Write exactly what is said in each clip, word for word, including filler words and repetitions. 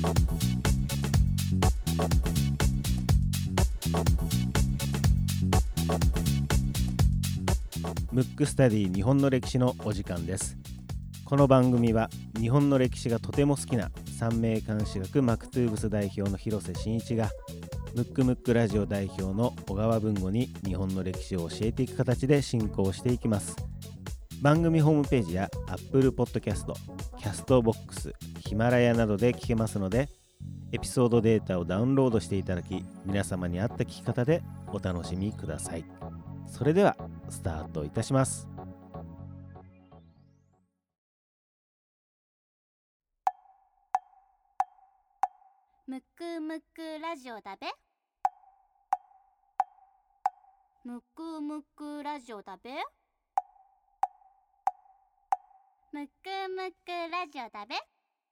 ムックスタディ日本の歴史のお時間です。この番組は日本の歴史がとても好きな三名監視学マクトゥーブス代表の広瀬真一がムックムックラジオ代表の小川文吾に日本の歴史を教えていく形で進行していきます。番組ホームページや Apple Podcast、Castbox、ヒマラヤなどで聞けますので、エピソードデータをダウンロードしていただき、皆様に合った聞き方でお楽しみください。それではスタートいたします。 むくむくラジオだべ。むくむくラジオだべ。むくむくラジオだべ。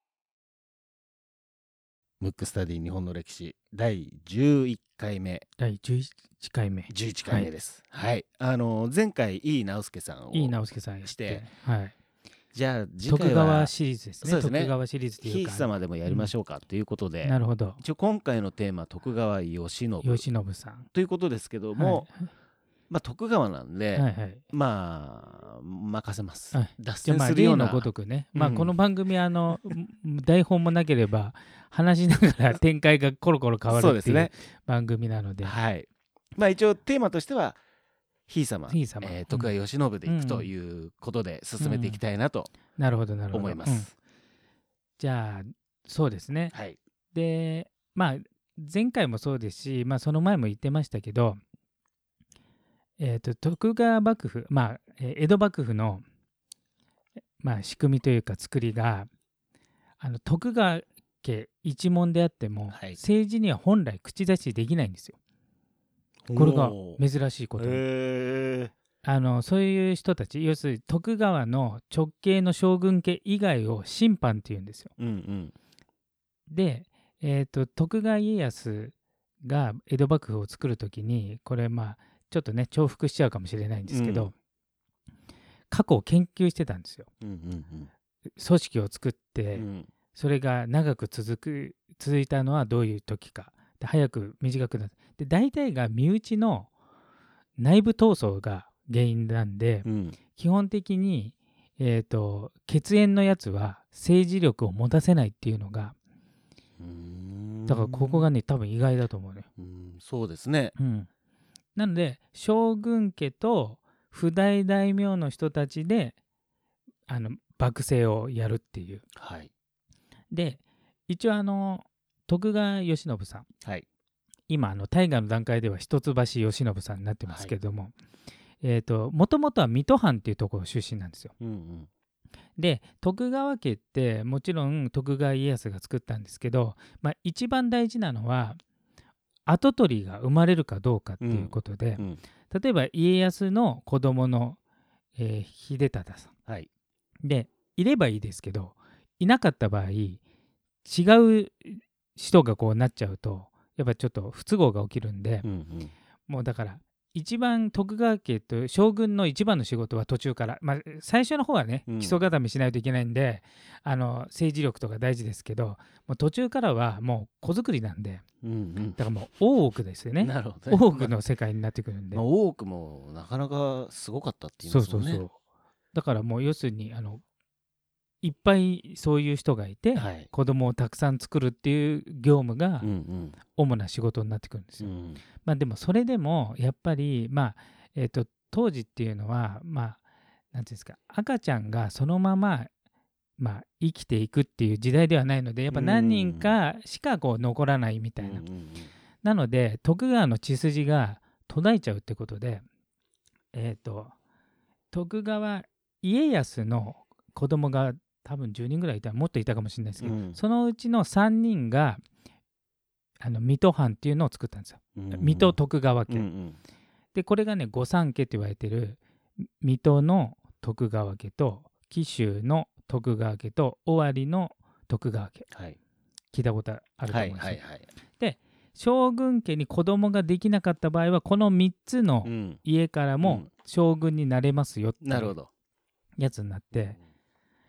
ムックスタディ日本の歴史だいじゅういっかいめ、 だいじゅういちかいめじゅういちかいめです。はい、はい、あの前回井伊直輔さんを井伊直輔さんして、 はい、 じゃあ次回は徳川シリーズですね。 そうですね、 徳川シリーズというか、 ひいさまでもやりましょうかということで、 うん、なるほど。 一応今回のテーマ徳川慶喜慶喜さんということですけども、はい、まあ、徳川なんで、はいはい、まあ任せます、はい、脱線するような、 まあ、例のごとくね、うん、まあ、この番組あの台本もなければ話しながら展開がコロコロ変わるっていう番組なので、 はい、まあ、一応テーマとしてはひいさま、 ひいさま、 えー、徳川慶喜でいくということで進めていきたいなと思います。 じゃあそうですね、 はい、 でまあ前回もそうですし、まあ、その前も言ってましたけど、えー、と徳川幕府、まあ、江戸幕府の、まあ、仕組みというか作りが、あの徳川家一門であっても、はい、政治には本来口出しできないんですよ。これが珍しいこと。あのそういう人たち、要するに徳川の直系の将軍家以外を親藩っていうんですよ。うんうん、で、えー、と徳川家康が江戸幕府を作るときに、これまあちょっとね重複しちゃうかもしれないんですけど、うん、過去を研究してたんですよ、うんうんうん、組織を作って、うん、それが長く続く続いたのはどういう時かで、早く短くなってで、大体が身内の内部闘争が原因なんで、うん、基本的に、えーと、血縁のやつは政治力を持たせないっていうのが、うーん、だからここがね多分意外だと思うね。 うん、そうですね、 うん、なので将軍家と譜代大名の人たちであの幕政をやるっていう、はい、で一応あの徳川慶喜さん、はい、今あの大河の段階では一橋慶喜さんになってますけども、はい、えーと、もともとは水戸藩っていうところ出身なんですよ、うんうん、で徳川家ってもちろん徳川家康が作ったんですけど、まあ、一番大事なのは跡取りが生まれるかどうかっていうことで、うんうん、例えば家康の子供の、えー、秀忠さん、はい、でいればいいですけど、いなかった場合違う人がこうなっちゃうとやっぱちょっと不都合が起きるんで、うんうん、もうだから一番徳川家と将軍の一番の仕事は途中から、まあ、最初の方はね、うん、基礎固めしないといけないんで、あの政治力とか大事ですけど、もう途中からはもう子作りなんで、うんうん、だからもう大奥ですよね。なるほどね、大奥の世界になってくるんで、 まあ、大奥もなかなかすごかったって言いますもんね。そうそうそう、 だからもう要するにあのいっぱいそういう人がいて、はい、子供をたくさん作るっていう業務が主な仕事になってくるんですよ、うんうん、まあ、でもそれでもやっぱり、まあえーと、当時っていうのは、まあ、なんていうんですか、赤ちゃんがそのまま、まあ、生きていくっていう時代ではないので、やっぱ何人かしかこう残らないみたいな、うんうんうん、なので徳川の血筋が途絶えちゃうってことで、えーと、徳川家康の子供が多分じゅうにんぐらいいたらもっといたかもしれないですけど、うん、そのうちのさんにんがあの水戸藩っていうのを作ったんですよ、うんうん、水戸徳川家、うんうん、でこれがね御三家って言われてる水戸の徳川家と紀州の徳川家と尾張の徳川家、はい、聞いたことあると思います、はいはいはい、で将軍家に子供ができなかった場合はこのみっつの家からも将軍になれますよっていうやつになって、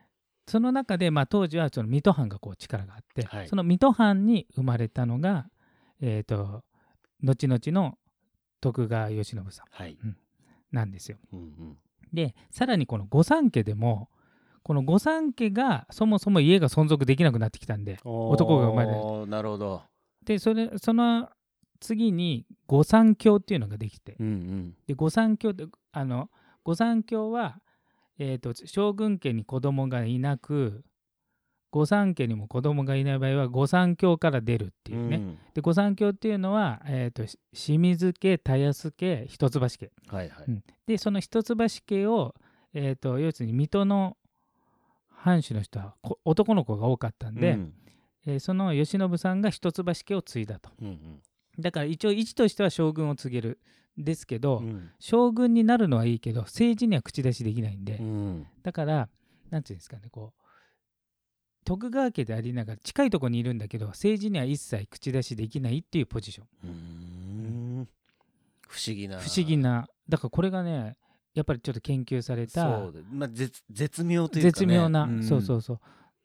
その中で、まあ、当時はその水戸藩がこう力があって、 はい、 その水戸藩に生まれたのが、えー、と後々の徳川慶喜さん、 はいうん、なんですよ。 うんうん、 でさらにこの御三家でもこの御三家がそもそも家が存続できなくなってきたんで、男が生まれる。 なるほど。 でそれその次に御三教っていうのができて、 うんうん、 で御三教ってあの御三教は、えー、と将軍家に子供がいなく御三家にも子供がいない場合は御三教から出るっていうね、うん、で御三教っていうのは、えー、と清水家、田安家、一橋家、 はいはい、 うん、でその一橋家を、えー、と要するに水戸の藩主の人は男の子が多かったんで、うんえー、その慶喜さんが一橋家を継いだと、うんうん、だから一応位置としては将軍を継げるですけど、うん、将軍になるのはいいけど政治には口出しできないんで、うん、だからなんていうんですかね、こう徳川家でありながら近いところにいるんだけど政治には一切口出しできないっていうポジション。 うーん、不思議な不思議な、だからこれがねやっぱりちょっと研究された、 そうで、まあ、絶, 絶妙というか、ね、 絶妙な、 うん、 そうそうそう。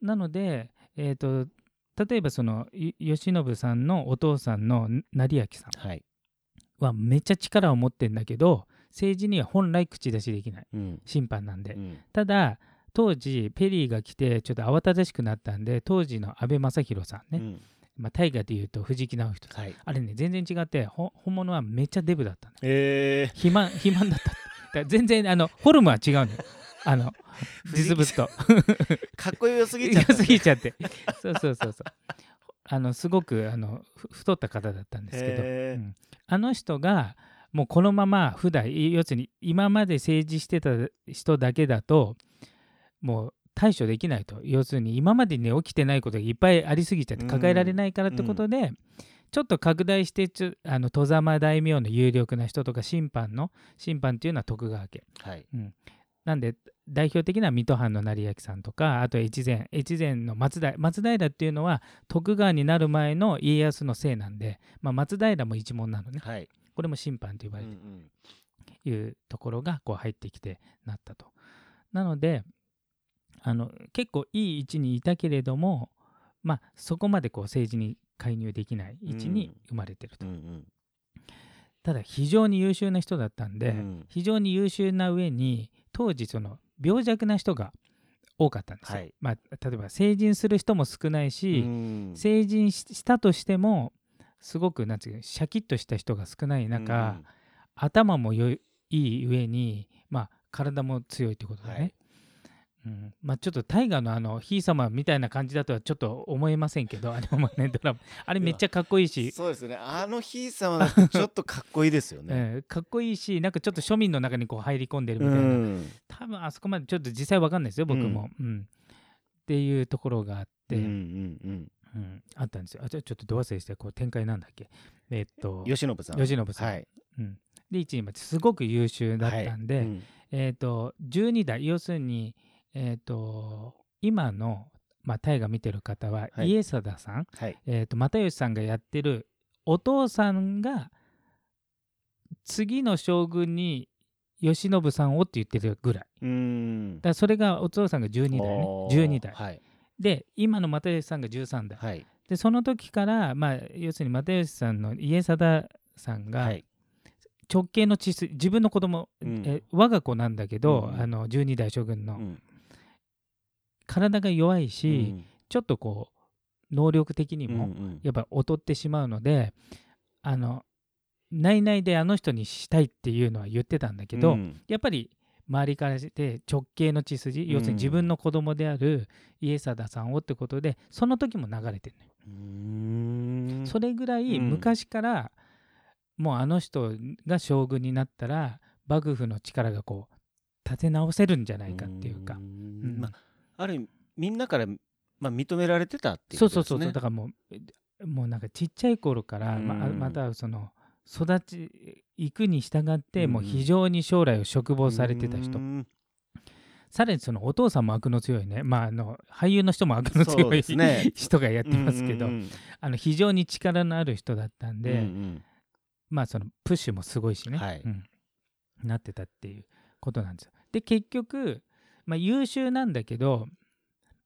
なので、えーと、例えばその慶喜さんのお父さんの成明さんはめっちゃ力を持ってるんだけど政治には本来口出しできない、うん、審判なんで、うん、ただ当時ペリーが来てちょっと慌ただしくなったんで当時の安倍正弘さんね、うんまあ、大河でいうと藤木直人さん、はい、あれね全然違って本物はめっちゃデブだったの、 えー、 肥満肥満だっただから全然あのフォルムは違うのよあの実物とかっこよすぎちゃって良すぎちゃってそうそうそうそうあのすごくあの太った方だったんですけど、うん、あの人がもうこのまま普段要するに今まで政治してた人だけだともう対処できないと、要するに今までに起きてないことがいっぱいありすぎちゃって抱えられないからってことで、うん、ちょっと拡大してちょあの外様大名の有力な人とか審判の審判っていうのは徳川家、はいうん、なんで代表的な水戸藩の成明さんとかあと越前越前の松平松平っていうのは徳川になる前の家康の姓なんで、まあ、松平も一門なのね、はい、これも審判と呼ばれて、うんうん、いうところがこう入ってきてなったと。なのであの結構いい位置にいたけれども、まあ、そこまでこう政治に介入できない位置に生まれてると、うんうんうん、ただ非常に優秀な人だったんで、うん、非常に優秀な上に当時その病弱な人が多かったんですよ、はいまあ、例えば成人する人も少ないし、うん、成人したとしてもすごくなんていうかシャキッとした人が少ない中、うん、頭もよいい上に、まあ、体も強いということでね、はいうんまあ、ちょっと大河のあのひいさまみたいな感じだとはちょっと思えませんけどあれもねドラマあれめっちゃかっこいいしそうですねあのひいさまだとちょっとかっこいいですよね、 えー、かっこいいしなんかちょっと庶民の中にこう入り込んでるみたいな、うん、多分あそこまでちょっと実際わかんないですよ僕も、うんうん、っていうところがあって、うんうんうんうん、あったんですよ。あちょっとど忘れしてこう展開なんだっけえー、っと慶喜さん慶喜さん、はいうん、でいちいますごく優秀だったんで、はいうんえー、っとじゅうにだい要するにえー、と今の、まあ、大河見てる方は、はい、家定さん、はいえー、と又吉さんがやってるお父さんが次の将軍に慶喜さんをって言ってるぐらい。うーんだからそれがお父さんがじゅうにだいねじゅうにだい、はい、で今の又吉さんがじゅうさんだい、はい、でその時から、まあ、要するに又吉さんの家定さんが、はい直系の血筋自分の子供、うん、え我が子なんだけど、うん、あのじゅうにだい将軍の、うん、体が弱いし、うん、ちょっとこう能力的にもやっぱ劣ってしまうので、うんうん、あの内々であの人にしたいっていうのは言ってたんだけど、うん、やっぱり周りからして直系の血筋、うん、要するに自分の子供である家定さんをってことでその時も流れてるのよ。うーんそれぐらい昔から、うん、もうあの人が将軍になったら幕府の力がこう立て直せるんじゃないかっていうか、うんまあ、ある意味みんなから、まあ、認められてたっていうことですね。そうそうそうだからもうもうなんかちっちゃい頃から、まあ、またその育ち行くに従ってもう非常に将来を嘱望されてた人、さらにそのお父さんも悪の強いね、まあ、あの俳優の人も悪の強い、ね、人がやってますけど、うんうんうん、あの非常に力のある人だったんで、うんうんまあ、そのプッシュもすごいしね、はいうん、なってたっていうことなんですよ。で結局、まあ、優秀なんだけど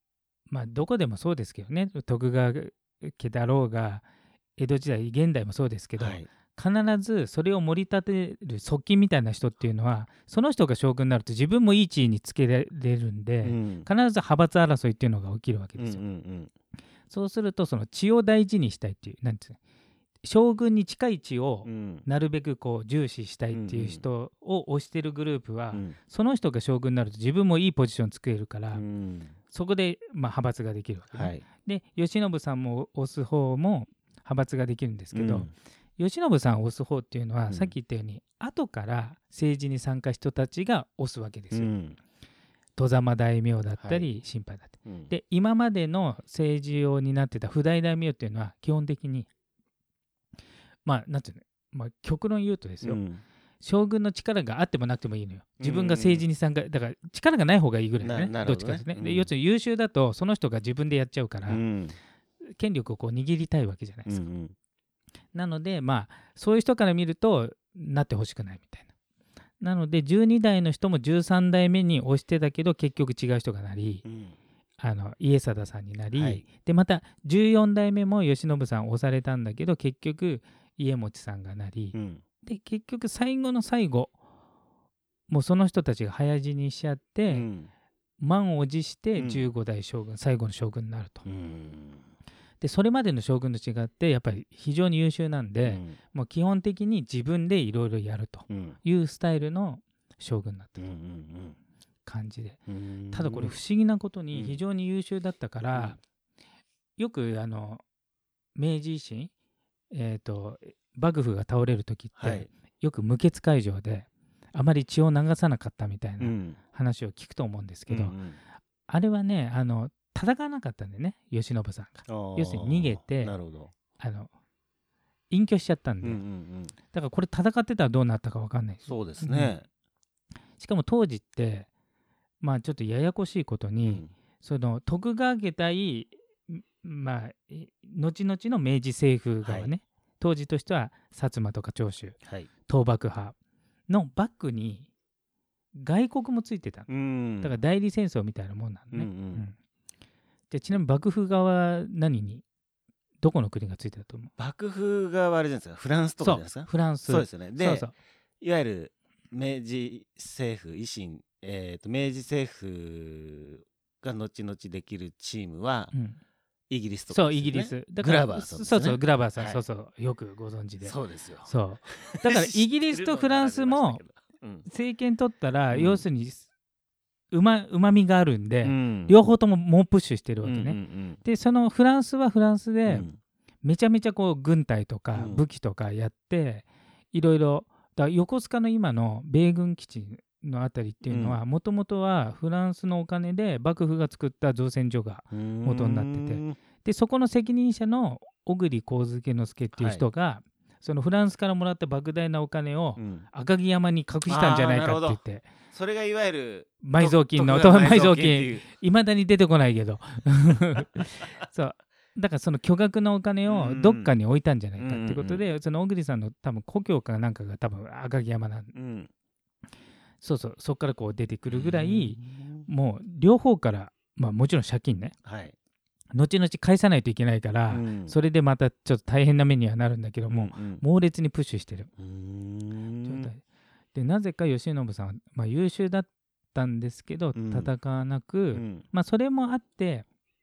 まあどこでもそうですけどね、徳川家だろうが江戸時代現代もそうですけど、はい、必ずそれを盛り立てる側近みたいな人っていうのはその人が将軍になると自分もいい地位につけられるんで、うん、必ず派閥争いっていうのが起きるわけですよ、うんうんうん、そうするとその地を大事にしたいっていう、なんていうの、将軍に近い地をなるべくこう重視したいっていう人を推してるグループは、うんうん、その人が将軍になると自分もいいポジション作れるから、うん、そこでまあ派閥ができるわけね、はい、で慶喜さんも推す方も派閥ができるんですけど、うん、慶喜さんを推す方っていうのは、うん、さっき言ったように後から政治に参加した人たちが推すわけですよ、うん、外様大名だったり心配だったり、はい、で今までの政治を担ってた譜代大名っていうのは基本的にまあなんていうの、まあ、極論言うとですよ、うん、将軍の力があってもなくてもいいのよ。自分が政治に参加、だから力がない方がいいぐらいだね、などっちかですね、うん、で要するに優秀だとその人が自分でやっちゃうから、うん、権力をこう握りたいわけじゃないですか、うんうん、なのでまあそういう人から見るとなってほしくないみたいな。なのでじゅうに代の人もじゅうさん代目に推してたけど結局違う人がなり、うん、あの家定さんになり、はい、でまたじゅうよん代目も慶喜さん推されたんだけど結局家茂さんがなり、うん、で結局最後の最後もうその人たちが早死にしちゃって、うん、満を持してじゅうご代将軍、うん、最後の将軍になると、うん、でそれまでの将軍と違ってやっぱり非常に優秀なんで、うん、もう基本的に自分でいろいろやるというスタイルの将軍になったと感じで、うんうんうん、ただこれ不思議なことに非常に優秀だったから、うん、よくあの明治維新えー、と幕府が倒れる時って、はい、よく無血開城であまり血を流さなかったみたいな話を聞くと思うんですけど、うんうん、あれはねあの戦わなかったんでね慶喜さんが要するに逃げてなるほどあの隠居しちゃったんで、うんうんうん、だからこれ戦ってたらどうなったか分かんないです。 そうですね、 うん、しかも当時ってまあちょっとややこしいことに、うん、その徳川家対まあ、後々の明治政府側ね、はい、当時としては薩摩とか長州、はい、倒幕派のバックに外国もついてた、うん、だから代理戦争みたいなもんなのね、うんうんうん、でちなみに幕府側は何にどこの国がついてたと思う？ 幕府側はあれじゃないですか、フランスとかじゃないですか。 フランス、 そうですよね。でそうそういわゆる明治政府維新、えー、と明治政府が後々できるチームは、うんイギリスとか、ね、 そうイギリスだからグラバーさん、ね、 そうそうグラバーさん、はい、そうそうよくご存知で。 そうですよ。 そうだからイギリスとフランスも政権取ったら、うん、要するにうまうまみがあるんで、うん、両方とも猛プッシュしてるわけね、うんうんうん、でそのフランスはフランスで、うん、めちゃめちゃこう軍隊とか武器とかやって、うん、いろいろだ横須賀の今の米軍基地のあたりっていうのはもともとはフランスのお金で幕府が作った造船所が元になってて、でそこの責任者の小栗上野之助っていう人が、はい、そのフランスからもらった莫大なお金を赤城山に隠したんじゃないかって言って、うん、 それがいわゆる埋蔵金の埋蔵金いまだに出てこないけどそうだからその巨額なお金をどっかに置いたんじゃないかってことで、うんうんうん、その小栗さんの多分故郷かなんかが多分赤城山なんで、うんそうそうそこからこう出てくるぐらい、もう両方から、まあ、もちろん借金ね、はい、後々返さないといけないから、うん、それでまたちょっと大変な目にはなるんだけども、うんうん、猛烈にプッシュしてる状態で、なぜか慶喜さんは、まあ、優秀だったんですけど、うん、戦わなく、うん、まあ、それもあって、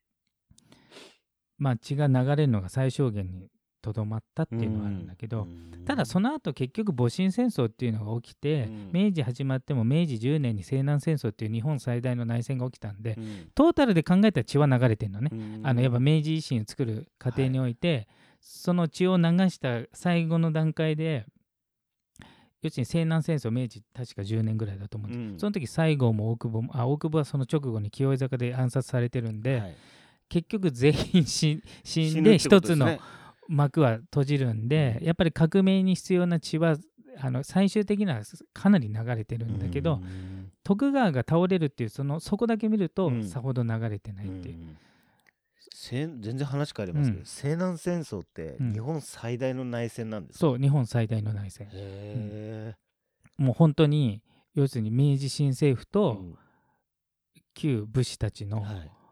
まあ、血が流れるのが最小限にとどまったっていうのはあるんだけど、うん、ただその後結局戊辰戦争っていうのが起きて、うん、明治始まっても明治じゅうねんに西南戦争っていう日本最大の内戦が起きたんで、うん、トータルで考えたら血は流れてるのね、うん、あのやっぱ明治維新を作る過程において、はい、その血を流した最後の段階で要するに西南戦争明治確かじゅうねんぐらいだと思うんです、うん、その時西郷も大久保もあ大久保はその直後に清江坂で暗殺されてるんで、はい、結局全員死んで一つの幕は閉じるんで、やっぱり革命に必要な血はあの最終的にはかなり流れてるんだけど、徳川が倒れるっていうそのそこだけ見るとさほど流れてないっていう、うんうん、 全然話変わりますけど、うん、西南戦争って日本最大の内戦なんですか？ うん、そう日本最大の内戦。へー、うん、もう本当に要するに明治新政府と旧武士たちの、はい、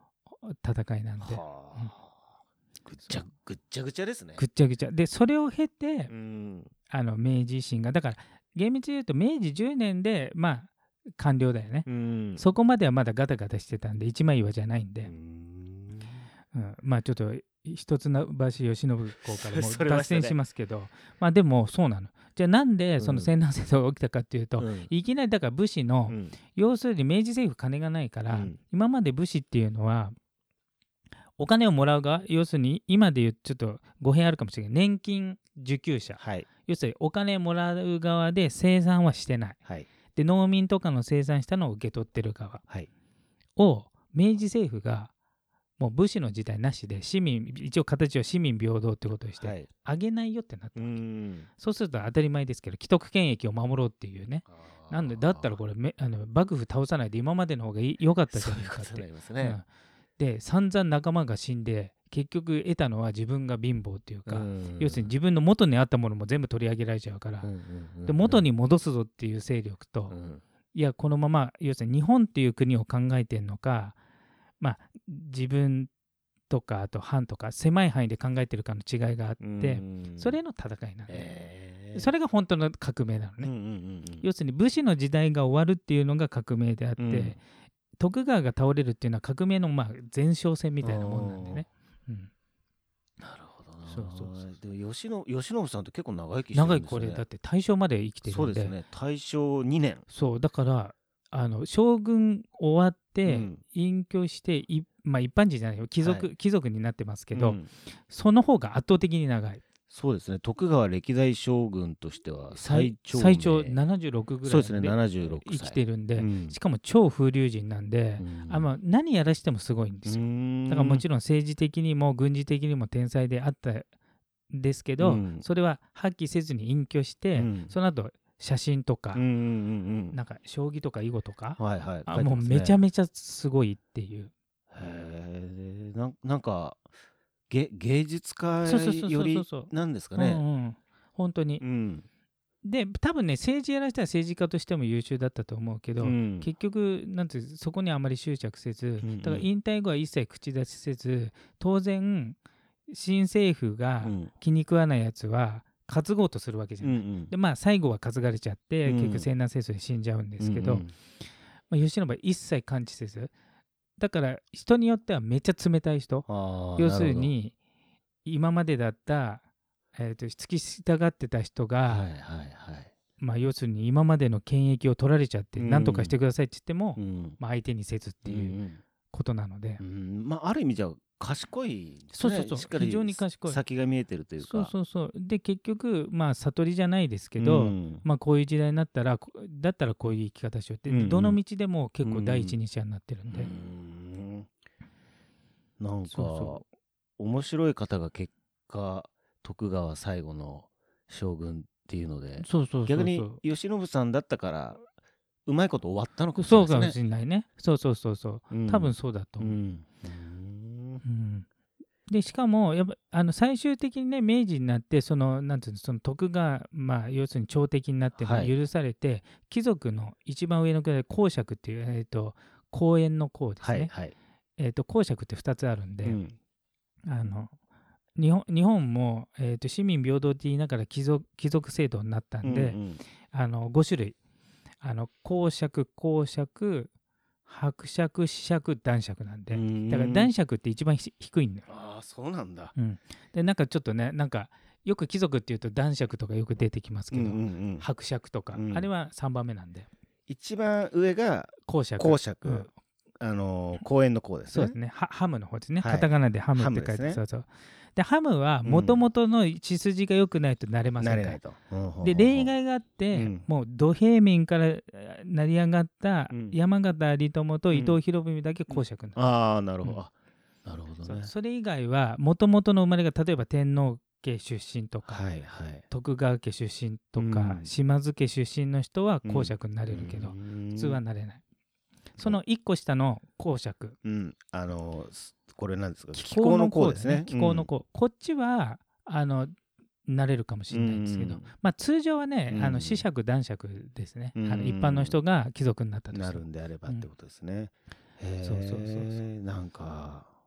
戦いなんで、 はあ、ぐっちゃぐっちゃぐちゃですね。 ぐっちゃぐちゃで、それを経て、 うん、 あの明治維新がだから厳密に言うと明治じゅうねんでまあ完了だよね、 うん、 そこまではまだガタガタしてたんで一枚岩じゃないんで、 うん、 うん、まあちょっと一つ橋慶喜公からもそれは脱線しますけどまあでもそうなの。じゃあなんでその西南戦争が起きたかっていうと、 うん、 いきなりだから武士の、 うん、 要するに明治政府金がないから、 うん、 今まで武士っていうのはお金をもらう側、要するに今で言うちょっと語弊あるかもしれない年金受給者、 はい、 要するにお金もらう側で生産はしてない、 はい、 で農民とかの生産したのを受け取ってる側はい、 を明治政府がもう武士の時代なしで市民、一応形は市民平等ってことをして、 はい、 あげないよってなったわけ、 うん、 そうすると当たり前ですけど既得権益を守ろうっていうね、なんでだったらこれめあの幕府倒さないで今までの方がい良かったじゃないかって、 そういうことになりますね、 うんで散々仲間が死んで結局得たのは自分が貧乏っていうか、 うん、 要するに自分の元にあったものも全部取り上げられちゃうから、 うんうんうん、 で元に戻すぞっていう勢力と、 うん、 いやこのまま要するに日本っていう国を考えてるのか、まあ自分とかあと藩とか狭い範囲で考えてるかの違いがあって、うん、それの戦いなんで、えー、それが本当の革命なのね、うんうんうん、要するに武士の時代が終わるっていうのが革命であって、うん、徳川が倒れるっていうのは革命のまあ前哨戦みたいなもんなんでね、うん、 なるほどな。 そうそうそう。 でも吉野、吉信さんって結構長生きしてるんですよね。 長いこれだって大正まで生きてるんで。 そうですね、大正にねん。 そうだからあの将軍終わって隠居して、うん、まあ、一般人じゃないよ貴族、はい、貴族になってますけど、うん、その方が圧倒的に長い。 そうですね、徳川歴代将軍としては最長最長ななじゅうろくぐらいそうですね、ななじゅうろくさい生きてるんで、うん、しかも超風流人なんで、うん、あまあ、何やらしてもすごいんですよ。だからもちろん政治的にも軍事的にも天才であったんですけど、うん、それは発揮せずに隠居して、うん、その後写真とか、うんうんうん、なんか将棋とか囲碁とか、はいはい、あもうめちゃめちゃすごいっていう。 へー、な、なんか芸, 芸術家よりなんですかね、うんうん、 本当に、うん、で多分ね政治やらせたら政治家としても優秀だったと思うけど、うん、結局なんてそこにあまり執着せず、うんうん、だから引退後は一切口出しせず、当然新政府が気に食わないやつは担ごうとするわけじゃない、うんうん、でまあ最後は担がれちゃって、うん、結局西南戦争で死んじゃうんですけど、うんうん、まあ、吉野は一切感知せず、だから人によってはめっちゃ冷たい人、要するに今までだった、えー、と付き従ってた人が、はいはいはい、まあ、要するに今までの権益を取られちゃって何とかしてくださいって言っても、うんまあ、相手にせずっていうことなので、 うんうんまあ、ある意味じゃ賢いですね。 そうそうそう、 しっかり非常に賢い、 先が見えてるというか、 そうそうそう、で結局まあ悟りじゃないですけど、うんまあ、こういう時代になったらだったらこういう生き方しようって、うんうん、どの道でも結構第一人者になってるんで、うん、 なんかそうそう面白い方が結果徳川最後の将軍っていうので、 そうそうそうそう、 逆に慶喜さんだったからうまいこと終わったのかもしれないですね。 そうかもしれないね。そうそうそうそう、うん、多分そうだと思う、うんうん、でしかもやっぱあの最終的にね明治になってそのなんていうのその徳川、まあ、要するに朝敵になっても許されて、はい、貴族の一番上の位公爵っていう、えー、と公園の公ですね、はいはい、えー、と公爵ってふたつあるんで、うん、あの日本, 日本も、えー、と市民平等って言いながら貴 族, 貴族制度になったんで、うんうん、あのご種類あの公爵公爵伯爵子爵男爵なんで、だから男爵って一番低いんだよ。 ああそうなんだ、 うん、でなんかちょっとねなんかよく貴族っていうと男爵とかよく出てきますけど、うんうんうん、伯爵とか、うん、あれはさんばんめなんで、 一番上が公爵公爵、うん、あのー、公園の公ですね。 そうですね、ハムの方ですね、はい、カタカナでハムって書いて、ね、そうそうでハムはもともとの血筋が良くないとなれませんから、うん、なれないと、うん、で例外があって、うん、もう土平民から成り上がった山形有朋と伊藤博文だけ公爵になる、 うん、ああなるほど、うん、なるほどね。 そ, それ以外はもともとの生まれが例えば天皇家出身とか、はいはい、徳川家出身とか、うん、島津家出身の人は公爵になれるけど、うん、普通はなれない。そのいっこ下の公爵、 うん、あのこれなんですか、 気候の公ですね、気候の公、うん、こっちはあのなれるかもしれないんですけど、うんまあ、通常はね、うん、あの子爵男爵ですね、うん、あの一般の人が貴族になったとしてなるんであればってことですね、うん、へそうそうそうそう、なんか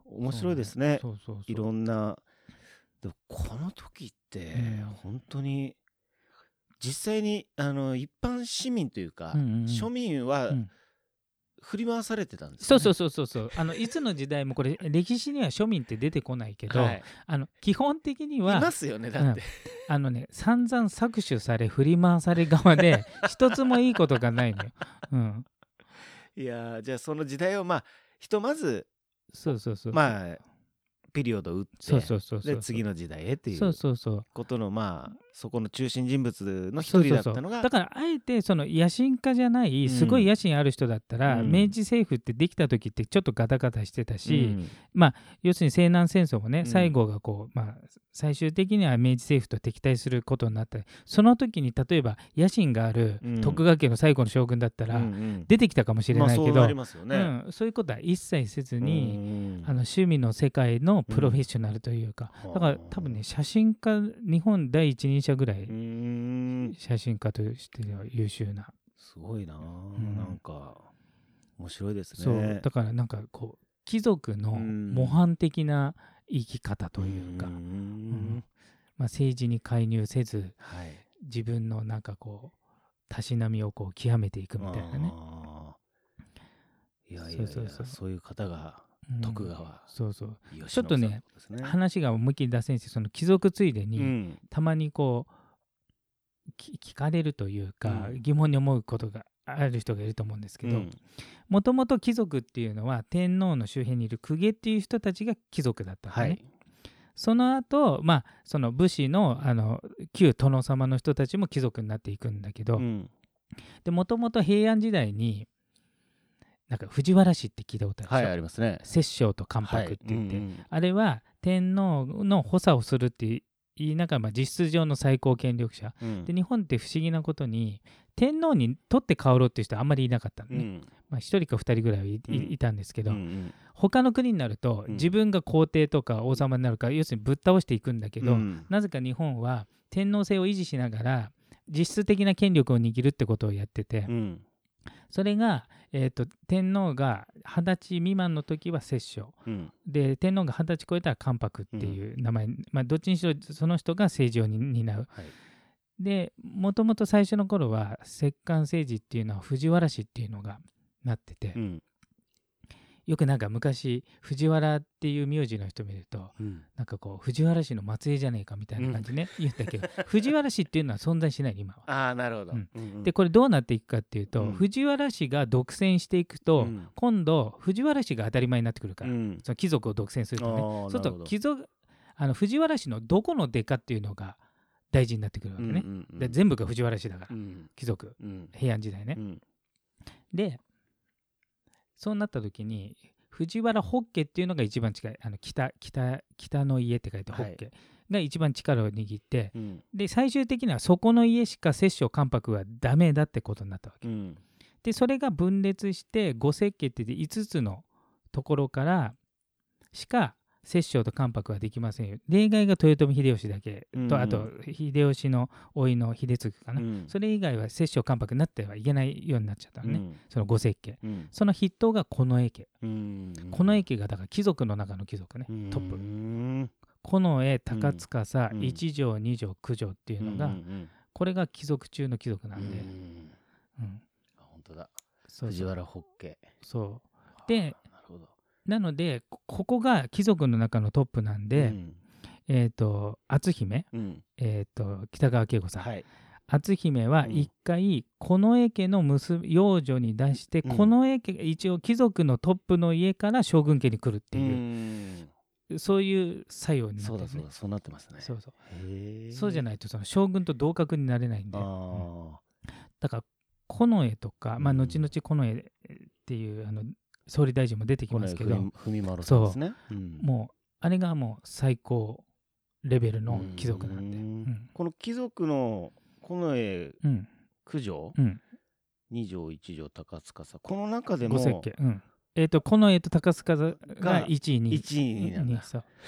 面白いですね。 そうそうそういろんなでもこの時ってうん本当に実際にあの一般市民というか、 うんうんうん庶民はうん振り回されてたんですよね。 そうそうそうそうそうあのいつの時代もこれ歴史には庶民って出てこないけど、 はい、 あの基本的にいはますよねだって、 あのね散々搾取され振り回され側で一つもいいことがないのよ、うん、 いやーじゃあその時代をまあひとまずそうそうそうまあピリオド打ってそうそうそうそうで次の時代へっていそううそうそうことのまあそこの中心人物の一そうそうそう人だったのがだからあえてその野心家じゃないうんすごい野心ある人だったら、 うん明治政府ってできた時ってちょっとガタガタしてたし、 うんまあ要するに西南戦争もね、 うん西郷がこう、まあ、最終的には明治政府と敵対することになったその時に例えば野心があるうん徳川家の最後の将軍だったら、 うんうん出てきたかもしれないけど、 まあそうなりますよね、 うん、そういうことは一切せずに、 うんあの趣味の世界のプロフェッショナルというか、 うんだから多分ね写真家日本第一人者ぐらい、 うん写真家としては優秀な、 すごいな、 んなんか面白いですね。 そうだからなんかこう貴族のうん模範的な生き方というか、 んうんまあ、政治に介入せずはい、 自分のなんかこうたしなみをこう極めていくみたいなね、 あーいやいやいやそうそうそうそういう方がうん徳川そうそう慶喜ちょっとねさんですね話が思いっきり脱線してその貴族ついでに、 うんたまにこうき聞かれるというか、 うん疑問に思うことがある人がいると思うんですけどうんもともと貴族っていうのは天皇の周辺にいる公家っていう人たちが貴族だったんだね、 はいその後、まあその武士のあの旧殿様の人たちも貴族になっていくんだけどうんもともと平安時代になんか藤原氏って聞いたことあるでしょ、 はいありますね。 摂政と関白って言って、 はいうんあれは天皇の補佐をするって言いながら、まあ、実質上の最高権力者うんで日本って不思議なことに天皇に取って代わろうっていう人はあんまりいなかったのね、 うんまあ、ひとりかふたりぐらいはいいうんいたんですけど、 うんうん他の国になるとうん自分が皇帝とか王様になるから要するにぶっ倒していくんだけど、 うんなぜか日本は天皇制を維持しながら実質的な権力を握るってことをやってて、 うんそれが、えーと天皇がはたち未満の時は摂政うんで天皇がはたち超えたら関白っていう名前、まあ、どっちにしろその人が政治をに担うはいでもともと最初の頃は摂関政治っていうのは藤原氏っていうのがなってて、 うんよくなんか昔藤原っていう名字の人見るとうんなんかこう藤原氏の末裔じゃねえかみたいな感じね、言ったけど藤原氏っていうのは存在しない今は。 ああなるほどうんうんうんでこれどうなっていくかっていうと、 うん藤原氏が独占していくと、 うん今度藤原氏が当たり前になってくるから、 うんその貴族を独占するとねあーそうするなるほどと貴族あの藤原氏のどこの出かっていうのが大事になってくるわけね、 うんうんうんで全部が藤原氏だから、 うん貴族うん平安時代ね、 うんでそうなった時に藤原北家っていうのが一番近いあの 北, 北, 北の家って書いて北家が一番力を握って、 うんで最終的にはそこの家しか摂政関白はダメだってことになったわけ、 うんでそれが分裂して五摂家って言っていつつのところからしか摂政と関白はできませんよ。例外が豊臣秀吉だけと、 うんあと秀吉の甥の秀次かな、 うんそれ以外は摂政関白になってはいけないようになっちゃったのね、 うんその五摂家。 うんその筆頭が近衛家。 うん近衛家がだから貴族の中の貴族ね、トップ。 プ近衛、高司、 うん一条、二条、九条っていうのが、 うんうんこれが貴族中の貴族なんで、 うんうんあ本当だそうそう藤原北家そうであーなるほどなのでこここが貴族の中のトップなんで、 うんえっ、と篤姫、 うんえっ、と北川景子さん、 はい篤姫は一回近衛家の娘養女に出して、 うん近衛家が一応貴族のトップの家から将軍家に来るってういう、 んそういう作用になってそうるねだそうだそうなってますねそうそうへえそうじゃないとその将軍と同格になれないんで、うんあだから近衛とか、まあ、 うん後々近衛っていうあの総理大臣も出てあきますけど、 文丸さんですねうんもうあれがもう最高レベルの貴族なんで、 ううんんこの貴族の近衛うん九条うん、 二条一条高塚さこの中でも五設計、うん、えっ、と近衛と高須賀ががいちいにいちいになんだそう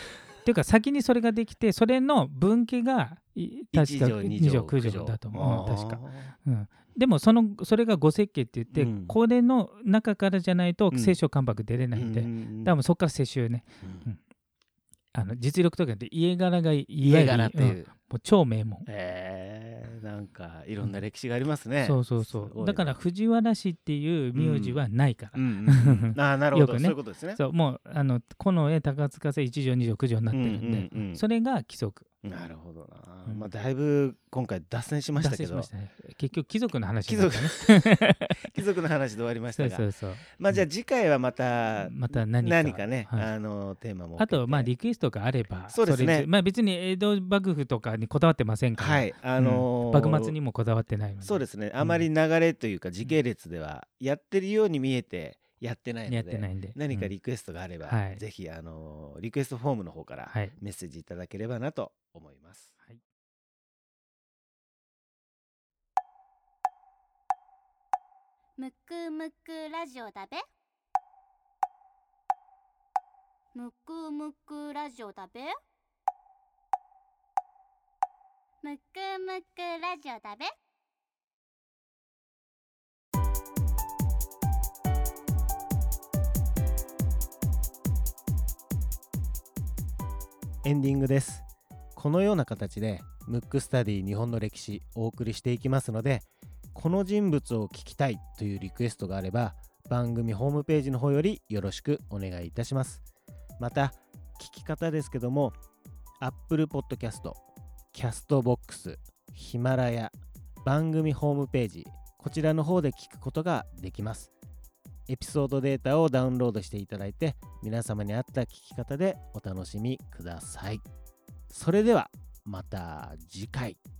ていうか先にそれができて、それの分家がい確かいち条に条に条きゅう条だと思う、 あー確か、うん、でもそのそれが五設計って言って、 うんこれの中からじゃないとうん清少関白出れないんで、 うんうんうん多分そこから世襲ね、 うんうんあの実力とかで家柄がいわゆ家る柄っていう、 うんもう超名門、 えー、なんかいろんな歴史がありますね。 そうそうそすごいなうだから藤原氏っていう名字はないから、 うんうんうん、あーなるほど、 よくねそういうことですね。 そうもうあの近衛高塚瀬いち条に条きゅう条になってるんで、 うんうんうんそれが規則。 なるほどな、 うんまあ、だいぶ今回脱線しましたけど、 脱線しましたね、結局貴族の話貴になっ族たね貴族の話で終わりましそたが、 うそうそうまあじゃあ次回はまたまた何か何かね、 はいあのテーマもあとまあリクエストがあればそうですねれにまあ別に江戸幕府とかにこだわってませんから、 はいあのーうん幕末にもこだわってないのでそうですね、あまり流れというか時系列ではやってるように見えてやってないので、 やってないんでうん何かリクエストがあれば、 はいぜひあのーリクエストフォームの方からはいメッセージいただければなと思います。 はいむくむくラジオだべ。むくむくラジオだべ。むくむくラジオだべ。 エンディングです。このような形でムックスタディ日本の歴史お送りしていきますので、この人物を聞きたいというリクエストがあれば番組ホームページの方よりよろしくお願いいたします。また聞き方ですけども Apple Podcast、Castbox、ヒマラヤ、番組ホームページ、こちらの方で聞くことができます。エピソードデータをダウンロードしていただいて、皆様に合った聞き方でお楽しみください。それではまた次回。